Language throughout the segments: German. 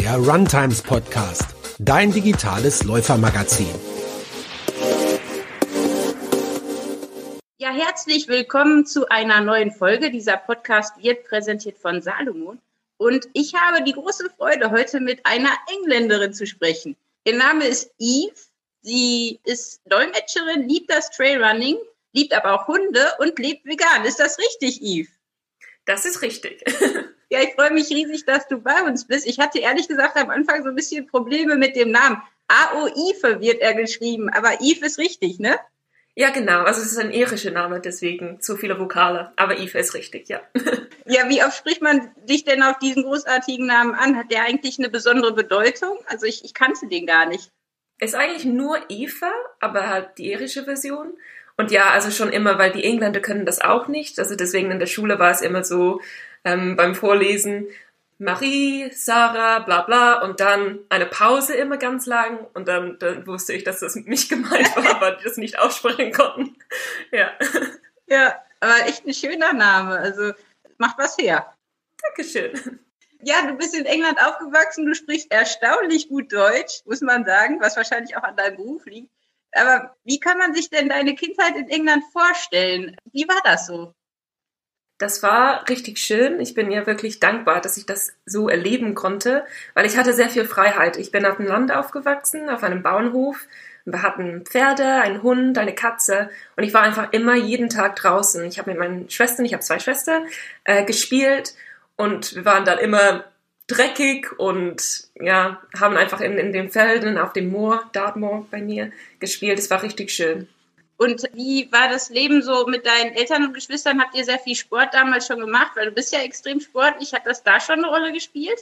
Der Runtimes Podcast, dein digitales Läufermagazin. Ja, herzlich willkommen zu einer neuen Folge. Dieser Podcast wird präsentiert von Salomon. Und ich habe die große Freude, heute mit einer Engländerin zu sprechen. Ihr Name ist Eve. Sie ist Dolmetscherin, liebt das Trailrunning, liebt aber auch Hunde und lebt vegan. Ist das richtig, Eve? Das ist richtig. Ja, ich freue mich riesig, dass du bei uns bist. Ich hatte ehrlich gesagt am Anfang so ein bisschen Probleme mit dem Namen. A-O-Ife wird er geschrieben, aber Eve ist richtig, ne? Ja, genau. Also es ist ein irischer Name, deswegen zu viele Vokale. Aber Eve ist richtig, ja. Ja, wie oft spricht man dich denn auf diesen großartigen Namen an? Hat der eigentlich eine besondere Bedeutung? Also ich kannte den gar nicht. Ist eigentlich nur Eva, aber halt die irische Version. Und ja, also schon immer, weil die Engländer können das auch nicht. Also deswegen in der Schule war es immer so, beim Vorlesen Marie, Sarah, bla bla und dann eine Pause immer ganz lang und dann wusste ich, dass das nicht gemeint war, weil die das nicht aussprechen konnten. Ja. Ja, aber echt ein schöner Name, also macht was her. Dankeschön. Ja, du bist in England aufgewachsen, du sprichst erstaunlich gut Deutsch, muss man sagen, was wahrscheinlich auch an deinem Beruf liegt. Aber wie kann man sich denn deine Kindheit in England vorstellen? Wie war das so? Das war richtig schön. Ich bin ja wirklich dankbar, dass ich das so erleben konnte, weil ich hatte sehr viel Freiheit. Ich bin auf dem Land aufgewachsen, auf einem Bauernhof. Wir hatten Pferde, einen Hund, eine Katze und ich war einfach immer jeden Tag draußen. Ich habe mit meinen Schwestern, ich habe 2 Schwestern, gespielt und wir waren dann immer dreckig und ja, haben einfach in den Feldern auf dem Moor, Dartmoor bei mir, gespielt. Es war richtig schön. Und wie war das Leben so mit deinen Eltern und Geschwistern? Habt ihr sehr viel Sport damals schon gemacht? Weil du bist ja extrem sportlich. Hat das da schon eine Rolle gespielt?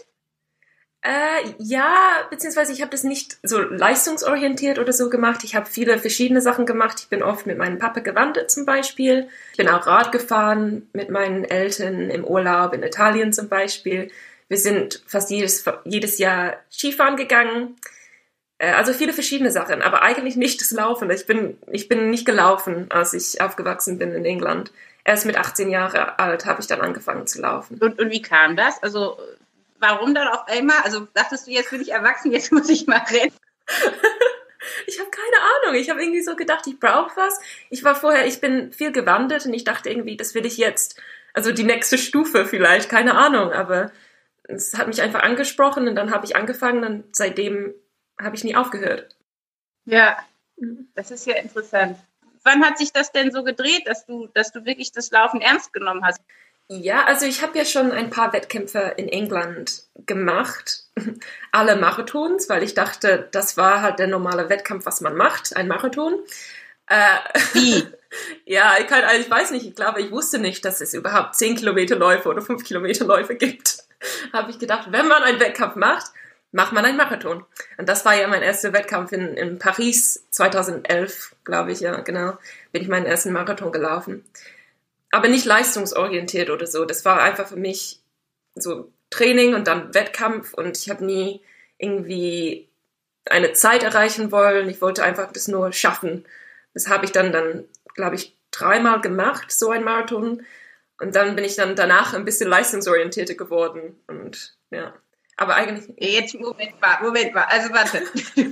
Ja, beziehungsweise ich habe das nicht so leistungsorientiert oder so gemacht. Ich habe viele verschiedene Sachen gemacht. Ich bin oft mit meinem Papa gewandert zum Beispiel. Ich bin auch Rad gefahren mit meinen Eltern im Urlaub in Italien zum Beispiel. Wir sind fast jedes Jahr Skifahren gegangen. Also viele verschiedene Sachen, aber eigentlich nicht das Laufen. Ich bin nicht gelaufen, als ich aufgewachsen bin in England. Erst mit 18 Jahren alt habe ich dann angefangen zu laufen. Und wie kam das? Also warum dann auf einmal? Also dachtest du, jetzt bin ich erwachsen, jetzt muss ich mal rennen? Ich habe keine Ahnung. Ich habe irgendwie so gedacht, ich brauche was. Ich bin viel gewandert und ich dachte irgendwie, das will ich jetzt. Also die nächste Stufe vielleicht, keine Ahnung. Aber es hat mich einfach angesprochen und dann habe ich angefangen und seitdem habe ich nie aufgehört. Ja, das ist ja interessant. Wann hat sich das denn so gedreht, dass du wirklich das Laufen ernst genommen hast? Ja, also ich habe ja schon ein paar Wettkämpfe in England gemacht, alle Marathons, weil ich dachte, das war halt der normale Wettkampf, was man macht, ein Marathon. Wie? Ja, ich weiß nicht, ich glaube, ich wusste nicht, dass es überhaupt 10 Kilometer Läufe oder 5 Kilometer Läufe gibt. Habe ich gedacht, wenn man einen Wettkampf macht man einen Marathon. Und das war ja mein erster Wettkampf in Paris 2011, glaube ich, ja, genau, bin ich meinen ersten Marathon gelaufen. Aber nicht leistungsorientiert oder so. Das war einfach für mich so Training und dann Wettkampf und ich habe nie irgendwie eine Zeit erreichen wollen. Ich wollte einfach das nur schaffen. Das habe ich dann, glaube ich, 3-mal gemacht, so ein Marathon. Und dann bin ich dann danach ein bisschen leistungsorientierter geworden. Und ja. Aber eigentlich. Jetzt, Moment mal. Also warte.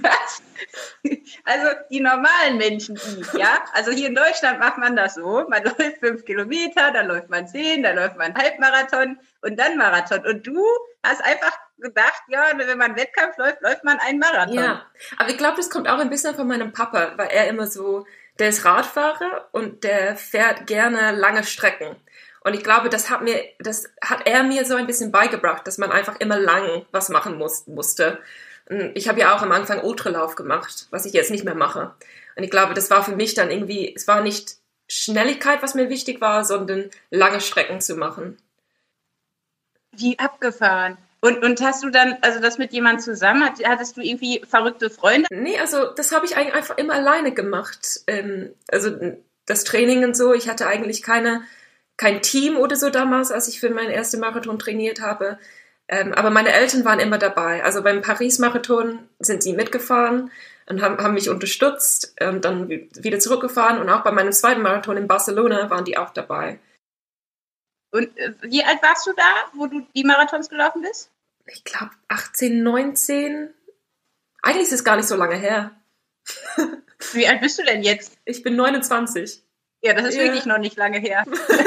Also die normalen Menschen, ja? Also hier in Deutschland macht man das so. Man läuft 5 Kilometer, dann läuft man 10, dann läuft man Halbmarathon und dann Marathon. Und du hast einfach gedacht, ja, wenn man Wettkampf läuft man einen Marathon. Ja, aber ich glaube, das kommt auch ein bisschen von meinem Papa, weil er immer so, der ist Radfahrer und der fährt gerne lange Strecken. Und ich glaube, das hat er mir so ein bisschen beigebracht, dass man einfach immer lang was machen musste. Und ich habe ja auch am Anfang Ultralauf gemacht, was ich jetzt nicht mehr mache. Und ich glaube, das war für mich dann irgendwie, es war nicht Schnelligkeit, was mir wichtig war, sondern lange Strecken zu machen. Wie abgefahren. Und hast du dann, also das mit jemandem zusammen, hattest du irgendwie verrückte Freunde? Nee, also das habe ich eigentlich einfach immer alleine gemacht. Also das Training und so, ich hatte eigentlich kein Team oder so damals, als ich für meinen ersten Marathon trainiert habe. Aber meine Eltern waren immer dabei. Also beim Paris-Marathon sind sie mitgefahren und haben mich unterstützt und dann wieder zurückgefahren. Und auch bei meinem zweiten Marathon in Barcelona waren die auch dabei. Und wie alt warst du da, wo du die Marathons gelaufen bist? ich glaube 18, 19. Eigentlich ist es gar nicht so lange her. Wie alt bist du denn jetzt? Ich bin 29. Ja, das ist wirklich noch nicht lange her.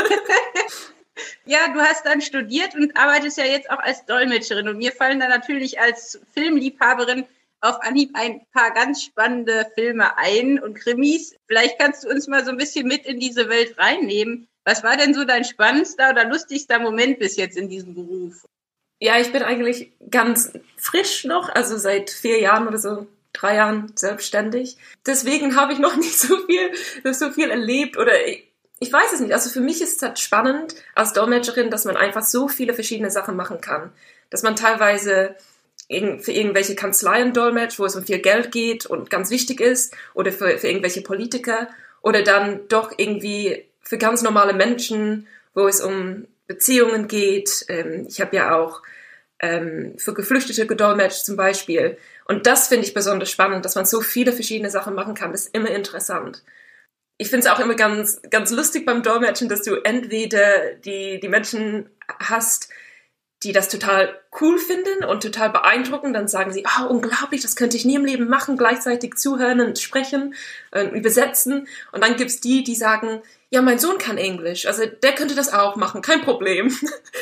Ja, du hast dann studiert und arbeitest ja jetzt auch als Dolmetscherin. Und mir fallen da natürlich als Filmliebhaberin auf Anhieb ein paar ganz spannende Filme ein und Krimis. Vielleicht kannst du uns mal so ein bisschen mit in diese Welt reinnehmen. Was war denn so dein spannendster oder lustigster Moment bis jetzt in diesem Beruf? Ja, ich bin eigentlich ganz frisch noch, also seit 4 Jahren oder so, 3 Jahren selbstständig. Deswegen habe ich noch nicht so viel erlebt oder ich weiß es nicht. Also für mich ist es halt spannend als Dolmetscherin, dass man einfach so viele verschiedene Sachen machen kann. Dass man teilweise für irgendwelche Kanzleien dolmetscht, wo es um viel Geld geht und ganz wichtig ist, oder für irgendwelche Politiker, oder dann doch irgendwie für ganz normale Menschen, wo es um Beziehungen geht. Ich habe ja auch für Geflüchtete gedolmetscht zum Beispiel. Und das finde ich besonders spannend, dass man so viele verschiedene Sachen machen kann. Das ist immer interessant. Ich finde es auch immer ganz, ganz lustig beim Dolmetschen, dass du entweder die Menschen hast, die das total cool finden und total beeindruckend, dann sagen sie, oh, unglaublich, das könnte ich nie im Leben machen, gleichzeitig zuhören und sprechen, übersetzen. Und dann gibt's die sagen, ja, mein Sohn kann Englisch, also der könnte das auch machen, kein Problem.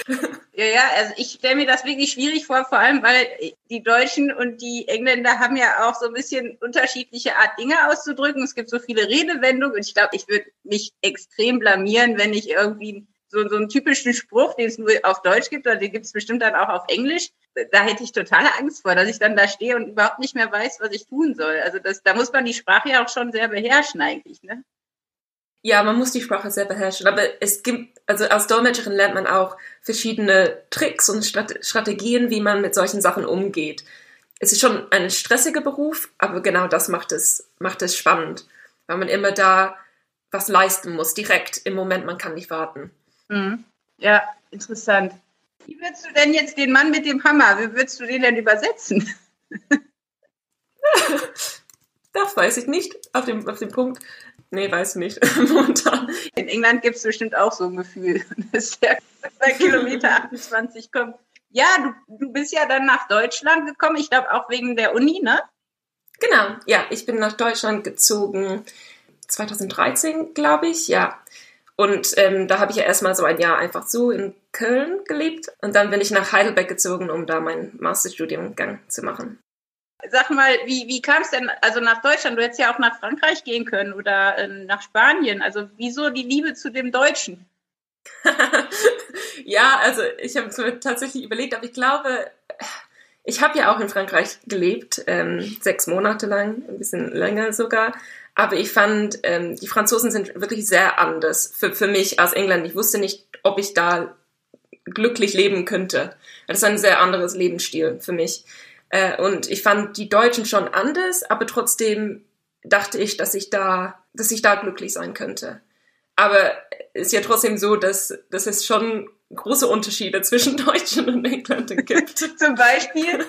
Ja, also ich stelle mir das wirklich schwierig vor allem, weil die Deutschen und die Engländer haben ja auch so ein bisschen unterschiedliche Art, Dinge auszudrücken. Es gibt so viele Redewendungen und ich glaube, ich würde mich extrem blamieren, wenn ich irgendwie so einen typischen Spruch, den es nur auf Deutsch gibt, oder den gibt es bestimmt dann auch auf Englisch, da hätte ich totale Angst vor, dass ich dann da stehe und überhaupt nicht mehr weiß, was ich tun soll. Also da muss man die Sprache ja auch schon sehr beherrschen eigentlich, ne? Ja, man muss die Sprache sehr beherrschen, aber es gibt, also als Dolmetscherin lernt man auch verschiedene Tricks und Strategien, wie man mit solchen Sachen umgeht. Es ist schon ein stressiger Beruf, aber genau das macht es spannend, weil man immer da was leisten muss, direkt im Moment, man kann nicht warten. Mhm. Ja, interessant. Wie würdest du denn jetzt den Mann mit dem Hammer, wie würdest du den denn übersetzen? Das weiß ich nicht, auf dem Punkt. Nee, weiß ich nicht, momentan. In England gibt es bestimmt auch so ein Gefühl, dass der bei Kilometer 28 kommt. Ja, du bist ja dann nach Deutschland gekommen, ich glaube auch wegen der Uni, ne? Genau, ja, ich bin nach Deutschland gezogen 2013, glaube ich, ja. Und da habe ich ja erstmal so ein Jahr einfach so in Köln gelebt. Und dann bin ich nach Heidelberg gezogen, um da meinen Masterstudiengang zu machen. Sag mal, wie kam es denn also nach Deutschland? Du hättest ja auch nach Frankreich gehen können oder nach Spanien. Also wieso die Liebe zu dem Deutschen? Ja, also ich habe es mir tatsächlich überlegt, aber ich glaube, ich habe ja auch in Frankreich gelebt, 6 Monate lang, ein bisschen länger sogar. Aber ich fand, die Franzosen sind wirklich sehr anders für mich als Engländer. Ich wusste nicht, ob ich da glücklich leben könnte. Das ist ein sehr anderes Lebensstil für mich. Und ich fand die Deutschen schon anders, aber trotzdem dachte ich, dass ich da glücklich sein könnte. Aber es ist ja trotzdem so, dass es schon große Unterschiede zwischen Deutschen und Engländern gibt. Zum Beispiel?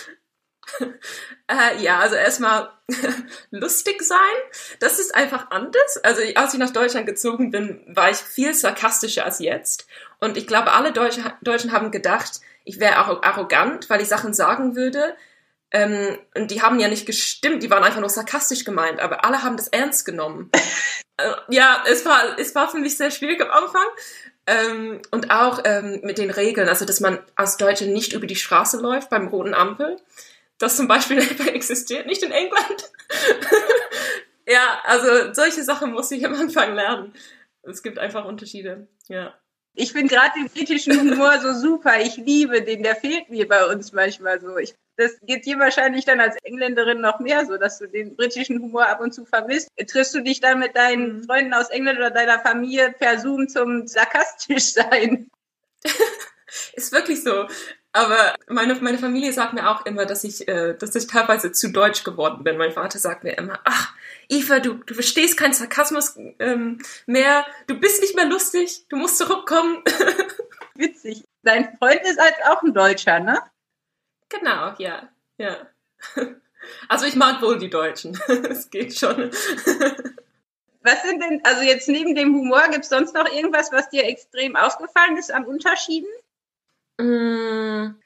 Ja, also erstmal lustig sein, das ist einfach anders. Also als ich nach Deutschland gezogen bin, war ich viel sarkastischer als jetzt. Und ich glaube, alle Deutschen haben gedacht, ich wäre auch arrogant, weil ich Sachen sagen würde. Und die haben ja nicht gestimmt, die waren einfach nur sarkastisch gemeint, aber alle haben das ernst genommen. Ja, es war für mich sehr schwierig am Anfang. Und auch mit den Regeln, also dass man als Deutsche nicht über die Straße läuft beim roten Ampel. Das zum Beispiel existiert nicht in England. Ja, also solche Sachen muss ich am Anfang lernen. Es gibt einfach Unterschiede, ja. Ich finde gerade den britischen Humor so super. Ich liebe den, der fehlt mir bei uns manchmal so. Das geht dir wahrscheinlich dann als Engländerin noch mehr so, dass du den britischen Humor ab und zu vermisst. Triffst du dich dann mit deinen Freunden aus England oder deiner Familie per Zoom zum sarkastisch sein? Ist wirklich so. Aber meine Familie sagt mir auch immer, dass ich teilweise zu deutsch geworden bin. Mein Vater sagt mir immer, ach, Eva, du verstehst keinen Sarkasmus mehr, du bist nicht mehr lustig, du musst zurückkommen. Witzig. Dein Freund ist auch ein Deutscher, ne? Genau, ja. Also ich mag wohl die Deutschen, es geht schon. Was sind denn, also jetzt neben dem Humor, gibt es sonst noch irgendwas, was dir extrem aufgefallen ist an Unterschieden?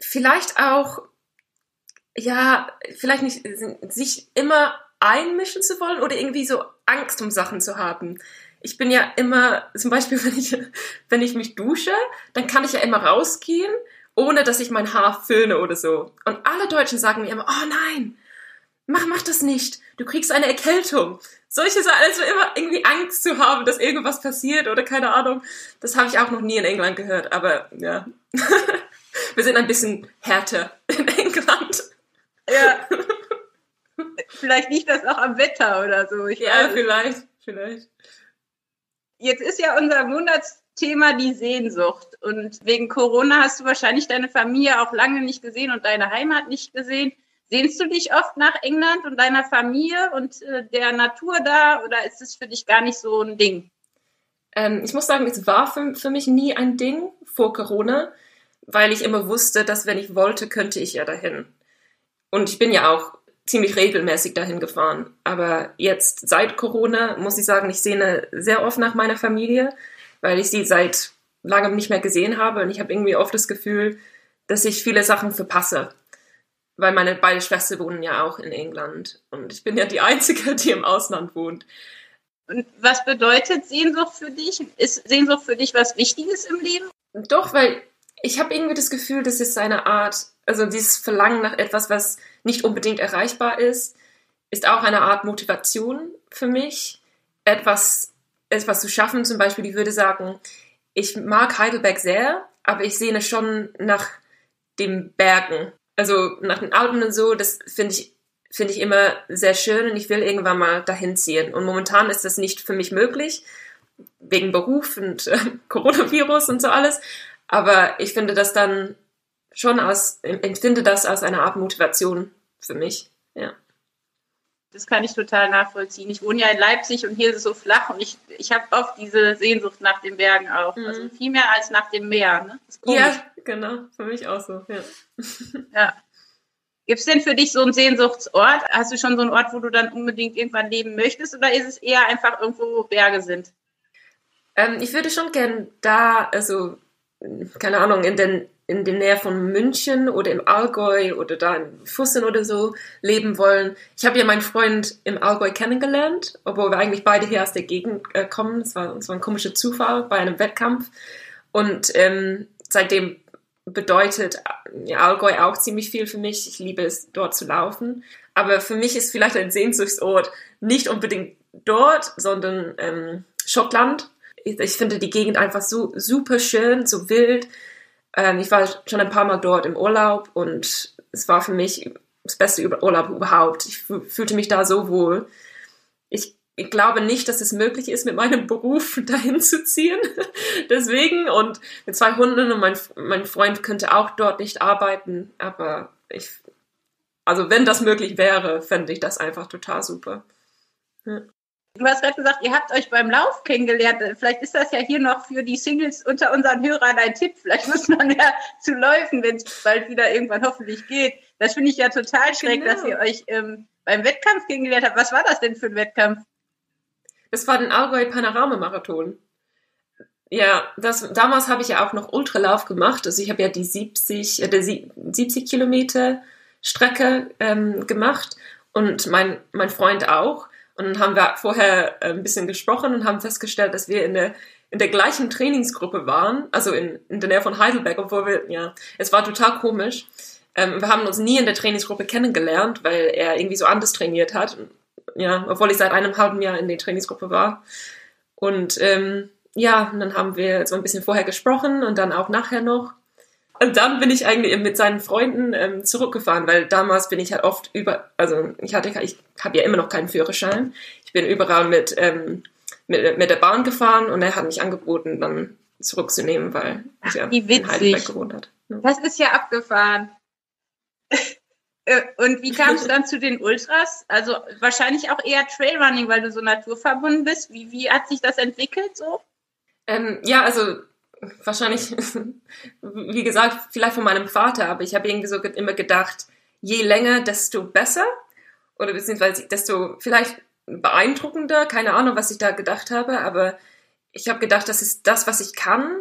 vielleicht auch, ja, vielleicht nicht sich immer einmischen zu wollen oder irgendwie so Angst um Sachen zu haben. Ich bin ja immer, zum Beispiel, wenn ich mich dusche, dann kann ich ja immer rausgehen, ohne dass ich mein Haar föhne oder so. Und alle Deutschen sagen mir immer, oh nein, mach das nicht, du kriegst eine Erkältung. Solche Sachen, also immer irgendwie Angst zu haben, dass irgendwas passiert oder keine Ahnung. Das habe ich auch noch nie in England gehört, aber ja. Wir sind ein bisschen härter in England. Ja. Vielleicht liegt das auch am Wetter oder so. Ja, vielleicht. Jetzt ist ja unser Monatsthema die Sehnsucht. Und wegen Corona hast du wahrscheinlich deine Familie auch lange nicht gesehen und deine Heimat nicht gesehen. Sehnst du dich oft nach England und deiner Familie und der Natur da? Oder ist es für dich gar nicht so ein Ding? Ich muss sagen, es war für mich nie ein Ding vor Corona, weil ich immer wusste, dass wenn ich wollte, könnte ich ja dahin. Und ich bin ja auch ziemlich regelmäßig dahin gefahren. Aber jetzt seit Corona, muss ich sagen, ich sehne sehr oft nach meiner Familie, weil ich sie seit langem nicht mehr gesehen habe. Und ich habe irgendwie oft das Gefühl, dass ich viele Sachen verpasse. Weil meine beiden Schwestern wohnen ja auch in England. Und ich bin ja die Einzige, die im Ausland wohnt. Und was bedeutet Sehnsucht für dich? Ist Sehnsucht für dich was Wichtiges im Leben? Doch, weil ich habe irgendwie das Gefühl, das ist eine Art, also dieses Verlangen nach etwas, was nicht unbedingt erreichbar ist auch eine Art Motivation für mich, etwas zu schaffen. Zum Beispiel, ich würde sagen, ich mag Heidelberg sehr, aber ich sehne schon nach den Bergen. Also nach den Alpen und so, das finde ich immer sehr schön und ich will irgendwann mal dahin ziehen. Und momentan ist das nicht für mich möglich, wegen Beruf und Coronavirus und so alles. Aber ich finde das dann schon empfinde das als eine Art Motivation für mich, ja. Das kann ich total nachvollziehen. Ich wohne ja in Leipzig und hier ist es so flach und ich habe oft diese Sehnsucht nach den Bergen auch. Mhm. Also viel mehr als nach dem Meer. Ne? Ja, genau. Für mich auch so, ja. Ja. Gibt es denn für dich so einen Sehnsuchtsort? Hast du schon so einen Ort, wo du dann unbedingt irgendwann leben möchtest oder ist es eher einfach irgendwo, wo Berge sind? Ich würde schon gern da, also keine Ahnung, in der Nähe von München oder im Allgäu oder da in Fussen oder so leben wollen. Ich habe ja meinen Freund im Allgäu kennengelernt, obwohl wir eigentlich beide hier aus der Gegend kommen. Es war ein komischer Zufall bei einem Wettkampf. Und seitdem bedeutet Allgäu auch ziemlich viel für mich. Ich liebe es, dort zu laufen. Aber für mich ist vielleicht ein Sehnsuchtsort nicht unbedingt dort, sondern Schottland. Ich finde die Gegend einfach so super schön, so wild. Ich war schon ein paar Mal dort im Urlaub und es war für mich das beste Urlaub überhaupt. Ich fühlte mich da so wohl. Ich glaube nicht, dass es möglich ist, mit meinem Beruf dahin zu ziehen. Deswegen und mit 2 Hunden und mein Freund könnte auch dort nicht arbeiten. Aber also wenn das möglich wäre, fände ich das einfach total super. Ja. Du hast gerade gesagt, ihr habt euch beim Lauf kennengelernt. Vielleicht ist das ja hier noch für die Singles unter unseren Hörern ein Tipp. Vielleicht muss man ja zu läufen, wenn es bald wieder irgendwann hoffentlich geht. Das finde ich ja total schräg, genau, dass ihr euch beim Wettkampf kennengelernt habt. Was war das denn für ein Wettkampf? Das war den Allgäu Panorama-Marathon. Ja, damals habe ich ja auch noch Ultralauf gemacht. Also ich habe ja die 70 Kilometer Strecke gemacht und mein Freund auch. Und dann haben wir vorher ein bisschen gesprochen und haben festgestellt, dass wir in der gleichen Trainingsgruppe waren, also in der Nähe von Heidelberg, obwohl es war total komisch. Wir haben uns nie in der Trainingsgruppe kennengelernt, weil er irgendwie so anders trainiert hat. Ja, obwohl ich seit einem halben Jahr in der Trainingsgruppe war. Und und dann haben wir so ein bisschen vorher gesprochen und dann auch nachher noch. Und dann bin ich eigentlich mit seinen Freunden zurückgefahren, weil damals bin ich halt oft ich habe ja immer noch keinen Führerschein. Ich bin überall mit der Bahn gefahren und er hat mich angeboten, dann zurückzunehmen, weil ich ja in Heidelberg gewohnt hat. Ja. Das ist ja abgefahren. Und wie kamst du dann zu den Ultras? Also wahrscheinlich auch eher Trailrunning, weil du so naturverbunden bist. Wie hat sich das entwickelt so? Also wahrscheinlich, wie gesagt, vielleicht von meinem Vater, aber ich habe irgendwie so immer gedacht, je länger, desto besser oder beziehungsweise desto vielleicht beeindruckender, keine Ahnung, was ich da gedacht habe, aber ich habe gedacht, das ist das, was ich kann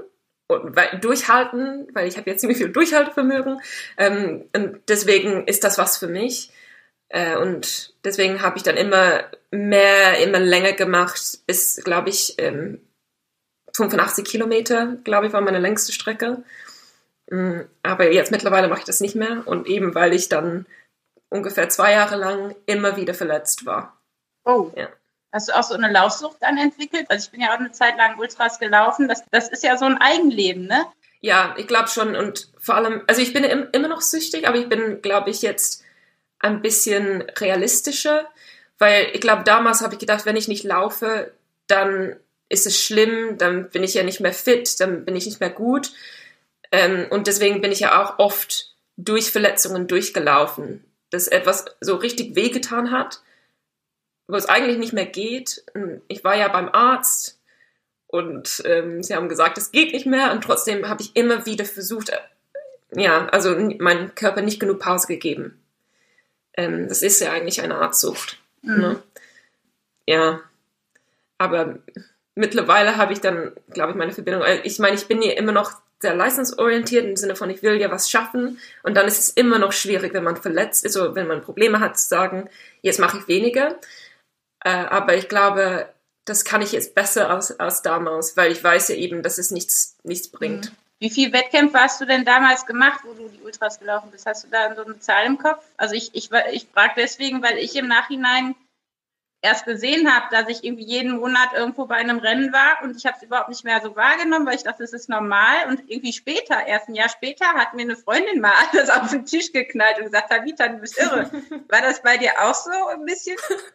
und durchhalten, weil ich habe jetzt ziemlich viel Durchhaltevermögen. Und deswegen ist das was für mich. Und deswegen habe ich dann immer länger gemacht, bis, glaube ich, 85 Kilometer, glaube ich, war meine längste Strecke. Aber jetzt mittlerweile mache ich das nicht mehr. Und eben, weil ich dann ungefähr 2 Jahre lang immer wieder verletzt war. Oh. Ja. Hast du auch so eine Laufsucht dann entwickelt? Also ich bin ja auch eine Zeit lang Ultras gelaufen. Das ist ja so ein Eigenleben, ne? Ja, ich glaube schon. Und vor allem, also ich bin immer noch süchtig, aber ich bin, glaube ich, jetzt ein bisschen realistischer. Weil ich glaube, damals habe ich gedacht, wenn ich nicht laufe, dann ist es schlimm, dann bin ich ja nicht mehr fit, dann bin ich nicht mehr gut. Und deswegen bin ich ja auch oft durch Verletzungen durchgelaufen, dass etwas so richtig wehgetan hat, wo es eigentlich nicht mehr geht. Ich war ja beim Arzt und sie haben gesagt, es geht nicht mehr, und trotzdem habe ich immer wieder versucht, also meinem Körper nicht genug Pause gegeben. Das ist ja eigentlich eine Art Sucht. Mhm. Ne? Ja, aber mittlerweile habe ich dann, glaube ich, meine Verbindung. Ich meine, ich bin ja immer noch sehr leistungsorientiert im Sinne von, ich will ja was schaffen, und dann ist es immer noch schwierig, wenn man verletzt ist oder wenn man Probleme hat, zu sagen, jetzt mache ich weniger. Aber ich glaube, das kann ich jetzt besser als damals, weil ich weiß ja eben, dass es nichts bringt. Wie viele Wettkämpfe hast du denn damals gemacht, wo du die Ultras gelaufen bist? Hast du da so eine Zahl im Kopf? Also ich frage deswegen, weil ich im Nachhinein erst gesehen habe, dass ich irgendwie jeden Monat irgendwo bei einem Rennen war, und ich habe es überhaupt nicht mehr so wahrgenommen, weil ich dachte, das ist normal. Und irgendwie später, erst ein Jahr später, hat mir eine Freundin mal alles auf den Tisch geknallt und gesagt, Tabitha, du bist irre. War das bei dir auch so ein bisschen?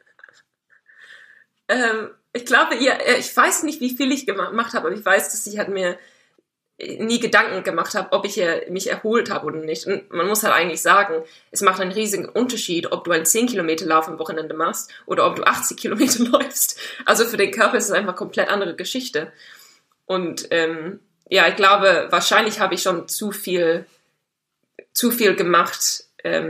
Ich glaube, ich weiß nicht, wie viel ich gemacht habe, aber ich weiß, dass ich mir nie Gedanken gemacht habe, ob ich mich erholt habe oder nicht. Und man muss halt eigentlich sagen, es macht einen riesigen Unterschied, ob du einen 10-Kilometer-Lauf am Wochenende machst oder ob du 80 Kilometer läufst. Also für den Körper ist es einfach eine komplett andere Geschichte. Und ich glaube, wahrscheinlich habe ich schon zu viel gemacht.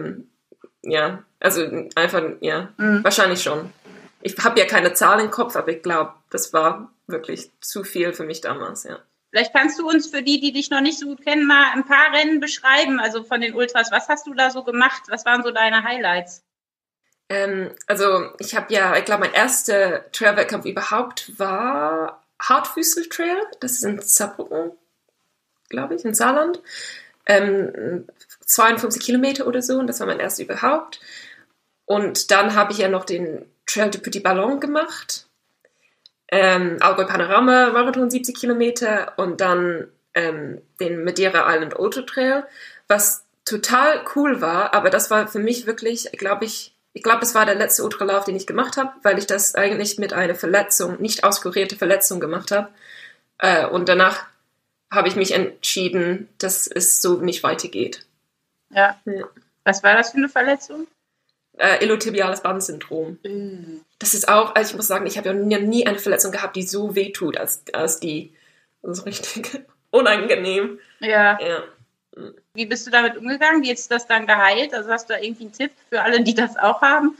Wahrscheinlich schon. Ich habe ja keine Zahl im Kopf, aber ich glaube, das war wirklich zu viel für mich damals, ja. Vielleicht kannst du uns, für die dich noch nicht so gut kennen, mal ein paar Rennen beschreiben, also von den Ultras. Was hast du da so gemacht? Was waren so deine Highlights? Ich glaube, mein erster Trail-Wettkampf überhaupt war Hartfüßel-Trail. Das ist in Saarbrücken, glaube ich, in Saarland. 52 Kilometer oder so, und das war mein erster überhaupt. Und dann habe ich ja noch den Trail du Petit Ballon gemacht. Allgäu Panorama Marathon 70 Kilometer und dann den Madeira Island Ultra Trail, was total cool war, aber das war für mich wirklich, ich glaube, das war der letzte Ultralauf, den ich gemacht habe, weil ich das eigentlich mit einer Verletzung, nicht auskurierte Verletzung gemacht habe. Und danach habe ich mich entschieden, dass es so nicht weitergeht. Ja. Was war das für eine Verletzung? Iliotibiales Bandsyndrom. Das ist auch, also ich muss sagen, ich habe ja nie eine Verletzung gehabt, die so weh tut als die. Das ist richtig unangenehm. Ja. Wie bist du damit umgegangen? Wie ist das dann geheilt? Also hast du da irgendwie einen Tipp für alle, die das auch haben?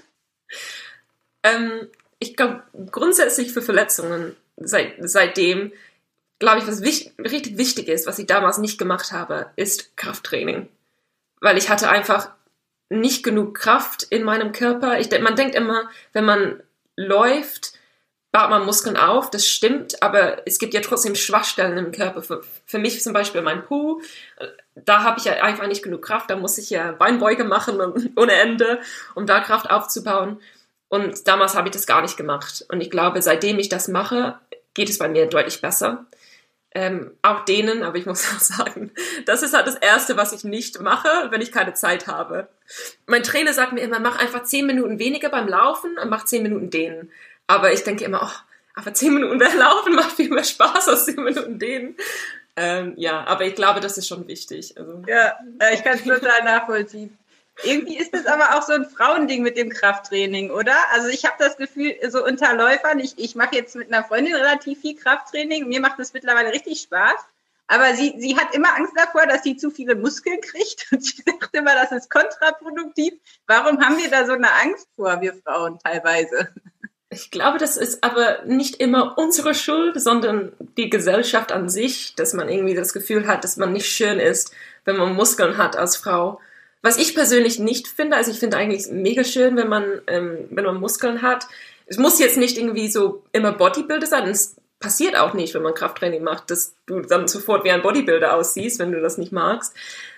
Ich glaube, grundsätzlich für Verletzungen seitdem, glaube ich, was richtig wichtig ist, was ich damals nicht gemacht habe, ist Krafttraining. Weil ich hatte einfach nicht genug Kraft in meinem Körper. Man denkt immer, wenn man läuft, baut man Muskeln auf, das stimmt, aber es gibt ja trotzdem Schwachstellen im Körper. Für mich zum Beispiel mein Po, da habe ich ja einfach nicht genug Kraft, da muss ich ja Beinbeuge machen ohne Ende, um da Kraft aufzubauen. Und damals habe ich das gar nicht gemacht. Und ich glaube, seitdem ich das mache, geht es bei mir deutlich besser. Auch denen, aber ich muss auch sagen, das ist halt das Erste, was ich nicht mache, wenn ich keine Zeit habe. Mein Trainer sagt mir immer, mach einfach 10 Minuten weniger beim Laufen und mach 10 Minuten dehnen. Aber ich denke immer, aber 10 Minuten mehr Laufen macht viel mehr Spaß als 10 Minuten dehnen. Aber ich glaube, das ist schon wichtig. Also, ja, ich kann es total nachvollziehen. Irgendwie ist das aber auch so ein Frauending mit dem Krafttraining, oder? Also ich habe das Gefühl, so unter Läufern, ich mache jetzt mit einer Freundin relativ viel Krafttraining, mir macht das mittlerweile richtig Spaß, aber sie hat immer Angst davor, dass sie zu viele Muskeln kriegt, und sie sagt immer, das ist kontraproduktiv. Warum haben wir da so eine Angst vor, wir Frauen teilweise? Ich glaube, das ist aber nicht immer unsere Schuld, sondern die Gesellschaft an sich, dass man irgendwie das Gefühl hat, dass man nicht schön ist, wenn man Muskeln hat als Frau. Was ich persönlich nicht finde, also ich finde eigentlich mega schön, wenn man Muskeln hat. Es muss jetzt nicht irgendwie so immer Bodybuilder sein. Es passiert auch nicht, wenn man Krafttraining macht, dass du dann sofort wie ein Bodybuilder aussiehst, wenn du das nicht magst.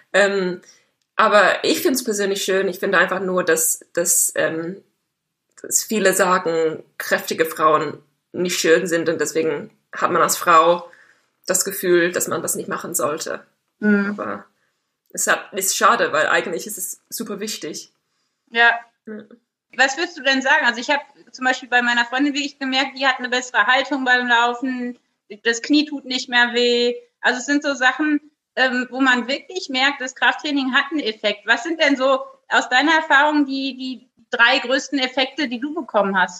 Aber ich finde es persönlich schön. Ich finde einfach nur, dass viele sagen, kräftige Frauen nicht schön sind und deswegen hat man als Frau das Gefühl, dass man das nicht machen sollte. Mhm. Aber es ist schade, weil eigentlich ist es super wichtig. Ja. Was würdest du denn sagen? Also ich habe zum Beispiel bei meiner Freundin wirklich gemerkt, die hat eine bessere Haltung beim Laufen, das Knie tut nicht mehr weh. Also es sind so Sachen, wo man wirklich merkt, das Krafttraining hat einen Effekt. Was sind denn so aus deiner Erfahrung die 3 größten Effekte, die du bekommen hast?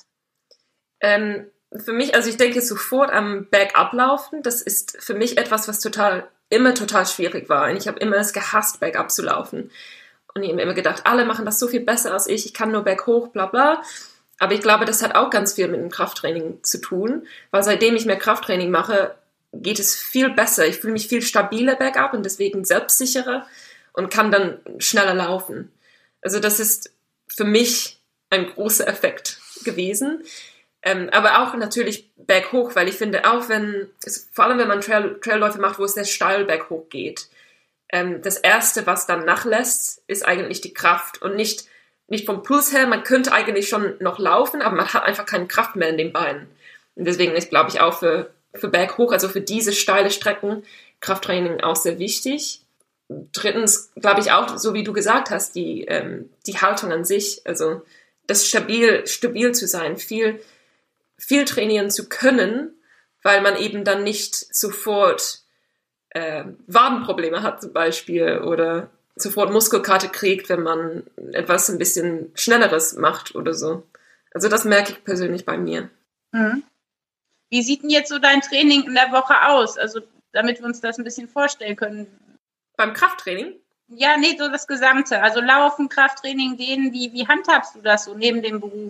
Für mich, also ich denke sofort am Bergablaufen, das ist für mich etwas, was immer total schwierig war. Und ich habe immer es gehasst, bergab zu laufen. Und ich habe immer gedacht, alle machen das so viel besser als ich kann nur berghoch, bla bla. Aber ich glaube, das hat auch ganz viel mit dem Krafttraining zu tun, weil seitdem ich mehr Krafttraining mache, geht es viel besser. Ich fühle mich viel stabiler bergab und deswegen selbstsicherer und kann dann schneller laufen. Also das ist für mich ein großer Effekt gewesen. Aber auch natürlich berghoch, weil ich finde, vor allem wenn man Trailläufe macht, wo es sehr steil berghoch geht, das Erste, was dann nachlässt, ist eigentlich die Kraft und nicht vom Puls her, man könnte eigentlich schon noch laufen, aber man hat einfach keine Kraft mehr in den Beinen. Und deswegen ist, glaube ich, auch für berghoch, also für diese steile Strecken, Krafttraining auch sehr wichtig. Drittens, glaube ich auch, so wie du gesagt hast, die Haltung an sich, also das stabil zu sein, viel trainieren zu können, weil man eben dann nicht sofort Wadenprobleme hat zum Beispiel oder sofort Muskelkater kriegt, wenn man etwas ein bisschen Schnelleres macht oder so. Also das merke ich persönlich bei mir. Mhm. Wie sieht denn jetzt so dein Training in der Woche aus? Also damit wir uns das ein bisschen vorstellen können. Beim Krafttraining? Ja, nee, so das Gesamte. Also Laufen, Krafttraining, Dehnen, wie handhabst du das so neben dem Beruf?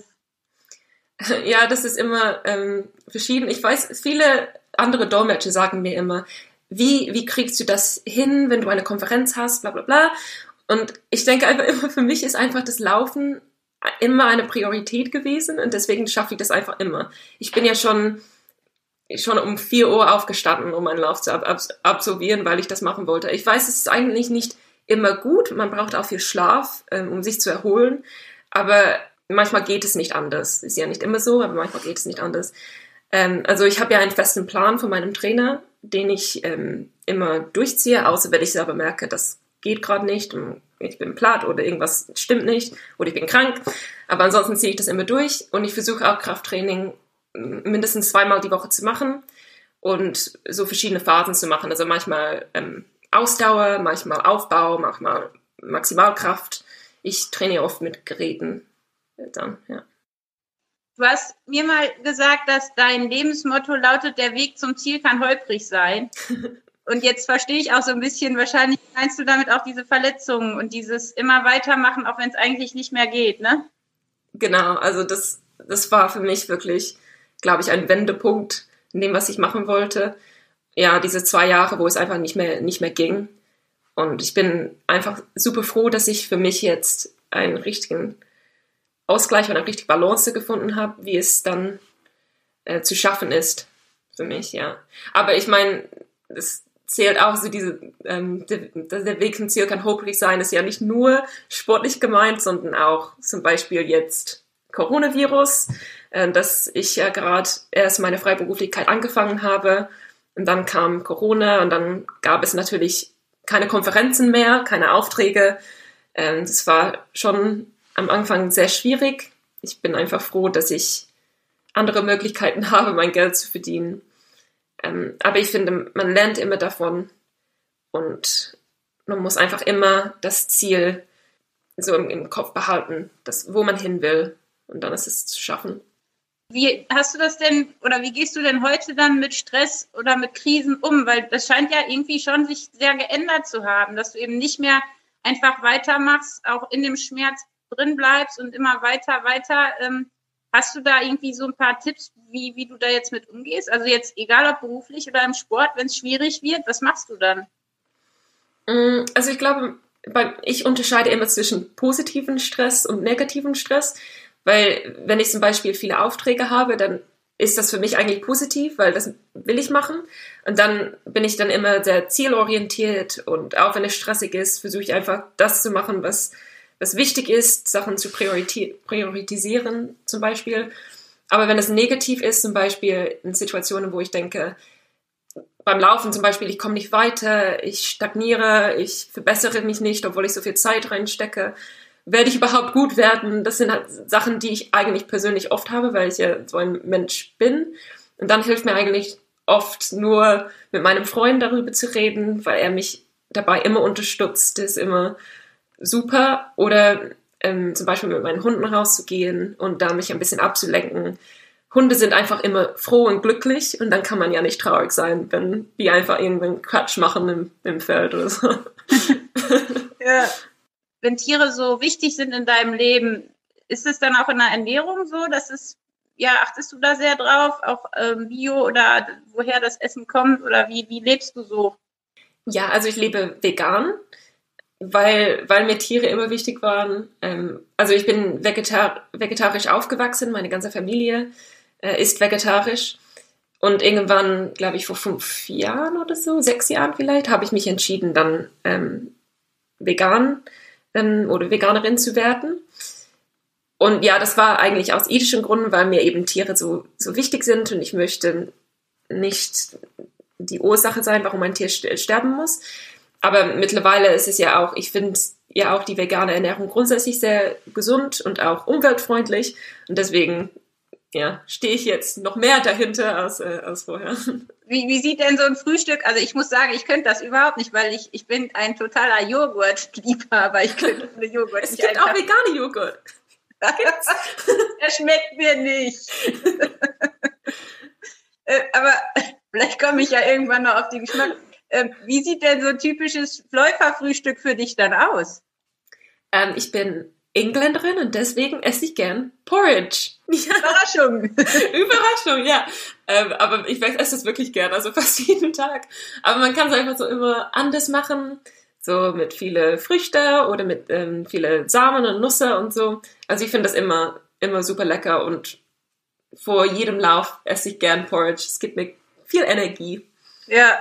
Ja, das ist immer verschieden. Ich weiß, viele andere Dolmetscher sagen mir immer, wie kriegst du das hin, wenn du eine Konferenz hast, bla bla bla. Und ich denke einfach immer, für mich ist einfach das Laufen immer eine Priorität gewesen und deswegen schaffe ich das einfach immer. Ich bin ja schon um 4 Uhr aufgestanden, um einen Lauf zu absolvieren, weil ich das machen wollte. Ich weiß, es ist eigentlich nicht immer gut, man braucht auch viel Schlaf, um sich zu erholen, aber manchmal geht es nicht anders. Ist ja nicht immer so, aber manchmal geht es nicht anders. Also ich habe ja einen festen Plan von meinem Trainer, den ich immer durchziehe, außer wenn ich selber merke, das geht gerade nicht und ich bin platt oder irgendwas stimmt nicht oder ich bin krank. Aber ansonsten ziehe ich das immer durch und ich versuche auch Krafttraining mindestens 2-mal die Woche zu machen und so verschiedene Phasen zu machen. Also manchmal Ausdauer, manchmal Aufbau, manchmal Maximalkraft. Ich trainiere oft mit Geräten dann, ja. Du hast mir mal gesagt, dass dein Lebensmotto lautet, der Weg zum Ziel kann holprig sein. Und jetzt verstehe ich auch so ein bisschen, wahrscheinlich meinst du damit auch diese Verletzungen und dieses immer weitermachen, auch wenn es eigentlich nicht mehr geht, ne? Genau, also das war für mich wirklich, glaube ich, ein Wendepunkt in dem, was ich machen wollte. Ja, diese 2 Jahre, wo es einfach nicht mehr ging. Und ich bin einfach super froh, dass ich für mich jetzt einen richtigen Ausgleich und eine richtige Balance gefunden habe, wie es dann zu schaffen ist für mich, ja. Aber ich meine, es zählt auch so der Weg zum Ziel kann holprig sein, ist ja nicht nur sportlich gemeint, sondern auch zum Beispiel jetzt Coronavirus, dass ich ja gerade erst meine Freiberuflichkeit angefangen habe und dann kam Corona und dann gab es natürlich keine Konferenzen mehr, keine Aufträge. Das war schon am Anfang sehr schwierig. Ich bin einfach froh, dass ich andere Möglichkeiten habe, mein Geld zu verdienen. Aber ich finde, man lernt immer davon und man muss einfach immer das Ziel so im Kopf behalten, wo man hin will und dann ist es zu schaffen. Wie hast du das denn oder wie gehst du denn heute dann mit Stress oder mit Krisen um? Weil das scheint ja irgendwie schon sich sehr geändert zu haben, dass du eben nicht mehr einfach weitermachst, auch in dem Schmerz drin bleibst und immer weiter. Hast du da irgendwie so ein paar Tipps, wie du da jetzt mit umgehst? Also jetzt egal ob beruflich oder im Sport, wenn es schwierig wird, was machst du dann? Also ich glaube, ich unterscheide immer zwischen positiven Stress und negativen Stress, weil wenn ich zum Beispiel viele Aufträge habe, dann ist das für mich eigentlich positiv, weil das will ich machen. Und dann bin ich dann immer sehr zielorientiert und auch wenn es stressig ist, versuche ich einfach das zu machen, was wichtig ist, Sachen zu priorisieren zum Beispiel. Aber wenn es negativ ist, zum Beispiel in Situationen, wo ich denke, beim Laufen zum Beispiel, ich komme nicht weiter, ich stagniere, ich verbessere mich nicht, obwohl ich so viel Zeit reinstecke, werde ich überhaupt gut werden? Das sind halt Sachen, die ich eigentlich persönlich oft habe, weil ich ja so ein Mensch bin. Und dann hilft mir eigentlich oft nur mit meinem Freund darüber zu reden, weil er mich dabei immer unterstützt, ist immer super. Oder zum Beispiel mit meinen Hunden rauszugehen und da mich ein bisschen abzulenken. Hunde sind einfach immer froh und glücklich und dann kann man ja nicht traurig sein, wenn die einfach irgendeinen Quatsch machen im Feld oder so. Ja. Wenn Tiere so wichtig sind in deinem Leben, ist es dann auch in der Ernährung so, dass es, ja, achtest du da sehr drauf, auch Bio oder woher das Essen kommt oder wie lebst du so? Ja, also ich lebe vegan, weil mir Tiere immer wichtig waren. Also ich bin vegetarisch aufgewachsen, meine ganze Familie ist vegetarisch. Und irgendwann, glaube ich, vor 5 Jahren oder so, 6 Jahren vielleicht, habe ich mich entschieden, dann vegan oder Veganerin zu werden. Und ja, das war eigentlich aus ethischen Gründen, weil mir eben Tiere so wichtig sind und ich möchte nicht die Ursache sein, warum ein Tier sterben muss. Aber mittlerweile ist es ja auch, ich finde ja auch die vegane Ernährung grundsätzlich sehr gesund und auch umweltfreundlich. Und deswegen, ja, stehe ich jetzt noch mehr dahinter als vorher. Wie sieht denn so ein Frühstück, also ich muss sagen, ich könnte das überhaupt nicht, weil ich bin ein totaler Joghurt-Liebhaber. Ich könnte ohne Joghurt es nicht gibt auch vegane Joghurt. Er schmeckt mir nicht. Aber vielleicht komme ich ja irgendwann noch auf den Geschmack. Wie sieht denn so ein typisches Läuferfrühstück für dich dann aus? Ich bin Engländerin und deswegen esse ich gern Porridge. Ja. Überraschung. Überraschung, ja. Aber ich esse es wirklich gern, also fast jeden Tag. Aber man kann es einfach so immer anders machen, so mit viele Früchte oder mit viele Samen und Nüsse und so. Also ich finde das immer super lecker und vor jedem Lauf esse ich gern Porridge. Es gibt mir viel Energie. Ja.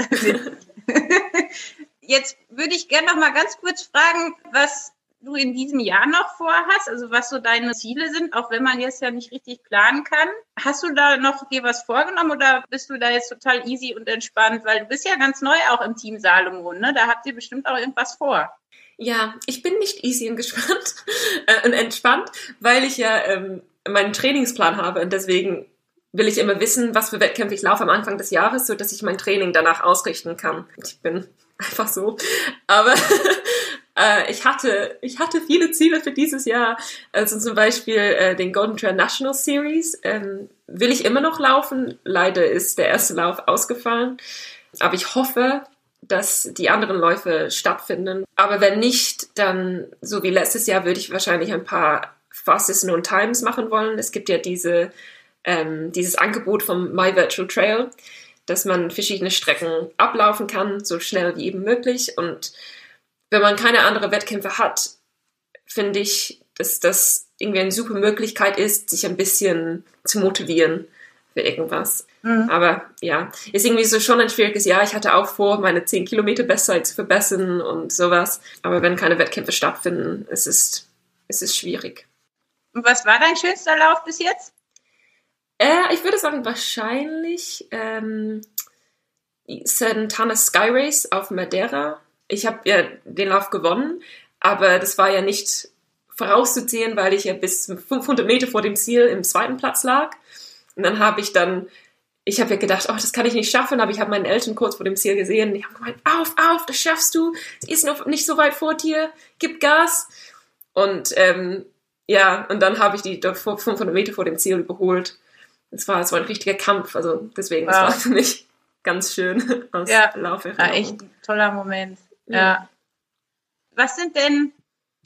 Jetzt würde ich gerne noch mal ganz kurz fragen, was du in diesem Jahr noch vorhast, also was so deine Ziele sind, auch wenn man jetzt ja nicht richtig planen kann. Hast du da noch dir was vorgenommen oder bist du da jetzt total easy und entspannt? Weil du bist ja ganz neu auch im Team Salomon, ne? Da habt ihr bestimmt auch irgendwas vor. Ja, ich bin nicht easy und gespannt und entspannt, weil ich ja meinen Trainingsplan habe und deswegen will ich immer wissen, was für Wettkämpfe ich laufe am Anfang des Jahres, so dass ich mein Training danach ausrichten kann. Ich bin einfach so. Aber ich hatte viele Ziele für dieses Jahr. Also zum Beispiel den Golden Trail National Series will ich immer noch laufen. Leider ist der erste Lauf ausgefallen. Aber ich hoffe, dass die anderen Läufe stattfinden. Aber wenn nicht, dann, so wie letztes Jahr, würde ich wahrscheinlich ein paar Fastest Known Times machen wollen. Es gibt ja dieses Angebot vom My Virtual Trail, dass man verschiedene Strecken ablaufen kann, so schnell wie eben möglich. Und wenn man keine anderen Wettkämpfe hat, finde ich, dass das irgendwie eine super Möglichkeit ist, sich ein bisschen zu motivieren für irgendwas. Mhm. Aber ja, ist irgendwie so schon ein schwieriges Jahr. Ich hatte auch vor, meine 10 Kilometer Bestzeit zu verbessern und sowas. Aber wenn keine Wettkämpfe stattfinden, es ist schwierig. Und was war dein schönster Lauf bis jetzt? Ich würde sagen, wahrscheinlich Santana Sky Race auf Madeira. Ich habe ja den Lauf gewonnen, aber das war ja nicht vorauszuziehen, weil ich ja bis 500 Meter vor dem Ziel im 2. Platz lag. Und dann habe ich ja gedacht, oh, das kann ich nicht schaffen, aber ich habe meinen Eltern kurz vor dem Ziel gesehen. Die haben gemeint, auf, das schaffst du. Sie ist noch nicht so weit vor dir, gib Gas. Und ja, und dann habe ich die dort 500 Meter vor dem Ziel überholt. Es war so ein richtiger Kampf, also deswegen, das war für mich ganz schön als Lauferinnerung. Ja, echt ein toller Moment. Ja. Was sind denn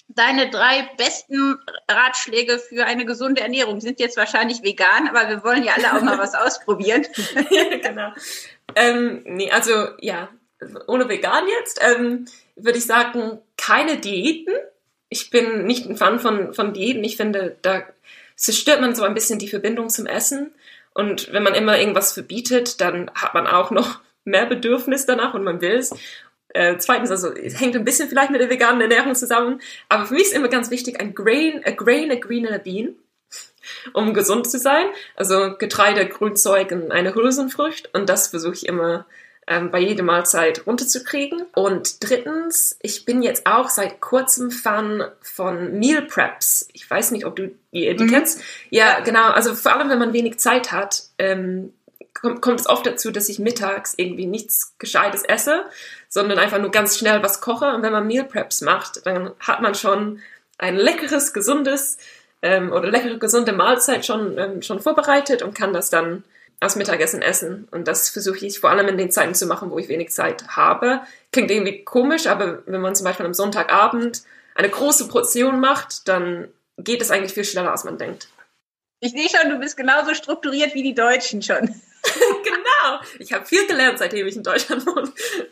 deine 3 besten Ratschläge für eine gesunde Ernährung. Sind jetzt wahrscheinlich vegan, aber wir wollen ja alle auch mal was ausprobieren. Genau. Also ja, ohne vegan jetzt würde ich sagen, keine Diäten. Ich bin nicht ein Fan von Diäten. Ich finde, da zerstört man so ein bisschen die Verbindung zum Essen. Und wenn man immer irgendwas verbietet, dann hat man auch noch mehr Bedürfnis danach und man will es. Zweitens, also es hängt ein bisschen vielleicht mit der veganen Ernährung zusammen, aber für mich ist immer ganz wichtig, a green and a bean, um gesund zu sein. Also Getreide, Grünzeug und eine Hülsenfrucht, und das versuche ich immer bei jeder Mahlzeit runterzukriegen. Und drittens, ich bin jetzt auch seit kurzem Fan von Meal Preps. Ich weiß nicht, ob du die kennst. Ja, genau. Also vor allem, wenn man wenig Zeit hat, kommt es oft dazu, dass ich mittags irgendwie nichts Gescheites esse, sondern einfach nur ganz schnell was koche. Und wenn man Meal Preps macht, dann hat man schon ein leckeres, gesundes oder leckere, gesunde Mahlzeit schon vorbereitet und kann das dann als Mittagessen essen. Und das versuche ich vor allem in den Zeiten zu machen, wo ich wenig Zeit habe. Klingt irgendwie komisch, aber wenn man zum Beispiel am Sonntagabend eine große Portion macht, dann geht es eigentlich viel schneller, als man denkt. Ich sehe schon, du bist genauso strukturiert wie die Deutschen schon. Genau. Ich habe viel gelernt, seitdem ich in Deutschland wohne.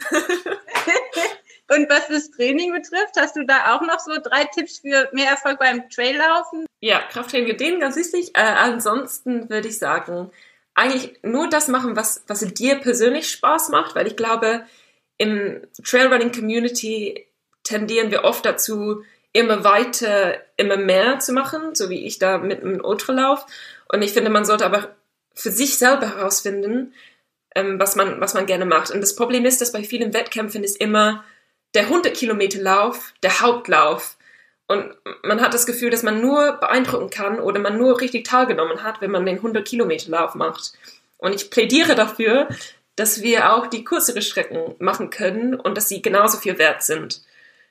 Und was das Training betrifft, hast du da auch noch so 3 Tipps für mehr Erfolg beim Traillaufen? Ja, Krafttraining, den ganz wichtig. Ansonsten würde ich sagen, eigentlich nur das machen, was dir persönlich Spaß macht, weil ich glaube, im Trailrunning-Community tendieren wir oft dazu, immer weiter, immer mehr zu machen, so wie ich da mit einem Ultralauf. Und ich finde, man sollte aber für sich selber herausfinden, was man gerne macht. Und das Problem ist, dass bei vielen Wettkämpfen ist immer der 100-Kilometer-Lauf der Hauptlauf. Und man hat das Gefühl, dass man nur beeindrucken kann oder man nur richtig teilgenommen hat, wenn man den 100-Kilometer-Lauf macht. Und ich plädiere dafür, dass wir auch die kürzeren Strecken machen können und dass sie genauso viel wert sind.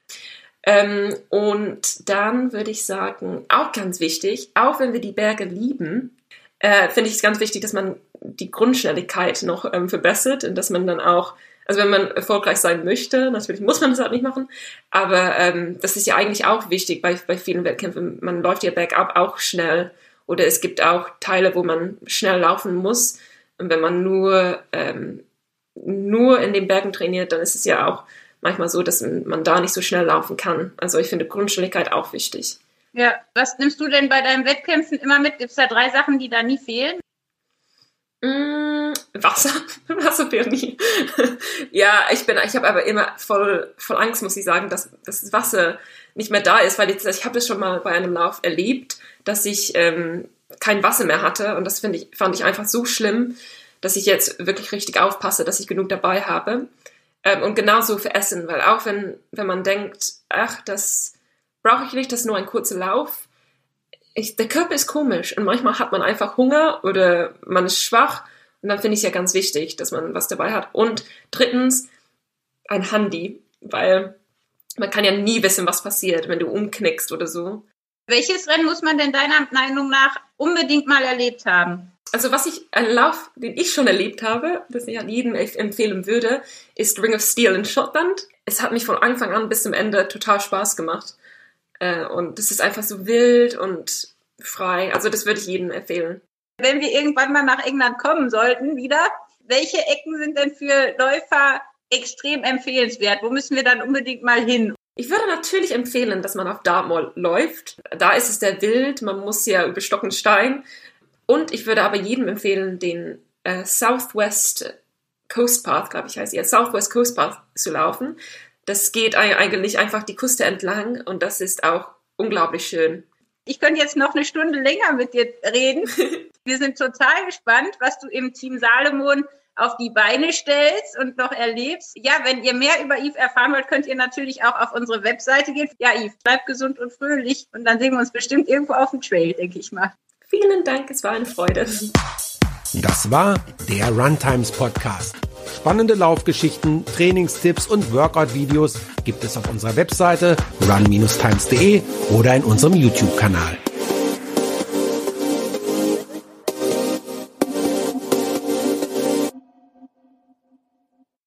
Und dann würde ich sagen, auch ganz wichtig, auch wenn wir die Berge lieben, finde ich es ganz wichtig, dass man die Grundschnelligkeit noch verbessert und dass man dann auch, also wenn man erfolgreich sein möchte, natürlich muss man das halt nicht machen, aber das ist ja eigentlich auch wichtig bei vielen Wettkämpfen. Man läuft ja bergab auch schnell oder es gibt auch Teile, wo man schnell laufen muss. Und wenn man nur in den Bergen trainiert, dann ist es ja auch manchmal so, dass man da nicht so schnell laufen kann. Also ich finde Grundschnelligkeit auch wichtig. Ja, was nimmst du denn bei deinen Wettkämpfen immer mit? Gibt es da 3 Sachen, die da nie fehlen? Wasser. Wasser fehlt nie. Ja, ich habe aber immer voll Angst, muss ich sagen, dass das Wasser nicht mehr da ist, weil ich habe das schon mal bei einem Lauf erlebt, dass ich kein Wasser mehr hatte und das fand ich einfach so schlimm, dass ich jetzt wirklich richtig aufpasse, dass ich genug dabei habe. Und genauso für Essen, weil auch wenn man denkt, ach, das brauche ich nicht, das ist nur ein kurzer Lauf. Der Körper ist komisch und manchmal hat man einfach Hunger oder man ist schwach und dann finde ich es ja ganz wichtig, dass man was dabei hat. Und drittens, ein Handy, weil man kann ja nie wissen, was passiert, wenn du umknickst oder so. Welches Rennen muss man denn deiner Meinung nach unbedingt mal erlebt haben? Also ein Lauf, den ich schon erlebt habe, das ich an jedem empfehlen würde, ist Ring of Steel in Schottland. Es hat mich von Anfang an bis zum Ende total Spaß gemacht. Und es ist einfach so wild und frei. Also das würde ich jedem empfehlen. Wenn wir irgendwann mal nach England kommen sollten wieder, welche Ecken sind denn für Läufer extrem empfehlenswert? Wo müssen wir dann unbedingt mal hin? Ich würde natürlich empfehlen, dass man auf Dartmoor läuft. Da ist es sehr wild, man muss ja über Stock und Stein. Und ich würde aber jedem empfehlen, den Southwest Coast Path, glaube ich heißt Southwest Coast Path zu laufen. Das geht eigentlich einfach die Küste entlang und das ist auch unglaublich schön. Ich könnte jetzt noch eine Stunde länger mit dir reden. Wir sind total gespannt, was du im Team Salomon auf die Beine stellst und noch erlebst. Ja, wenn ihr mehr über Yves erfahren wollt, könnt ihr natürlich auch auf unsere Webseite gehen. Ja, Yves, bleib gesund und fröhlich und dann sehen wir uns bestimmt irgendwo auf dem Trail, denke ich mal. Vielen Dank, es war eine Freude. Das war der Runtimes Podcast. Spannende Laufgeschichten, Trainingstipps und Workout-Videos gibt es auf unserer Webseite run-times.de oder in unserem YouTube-Kanal.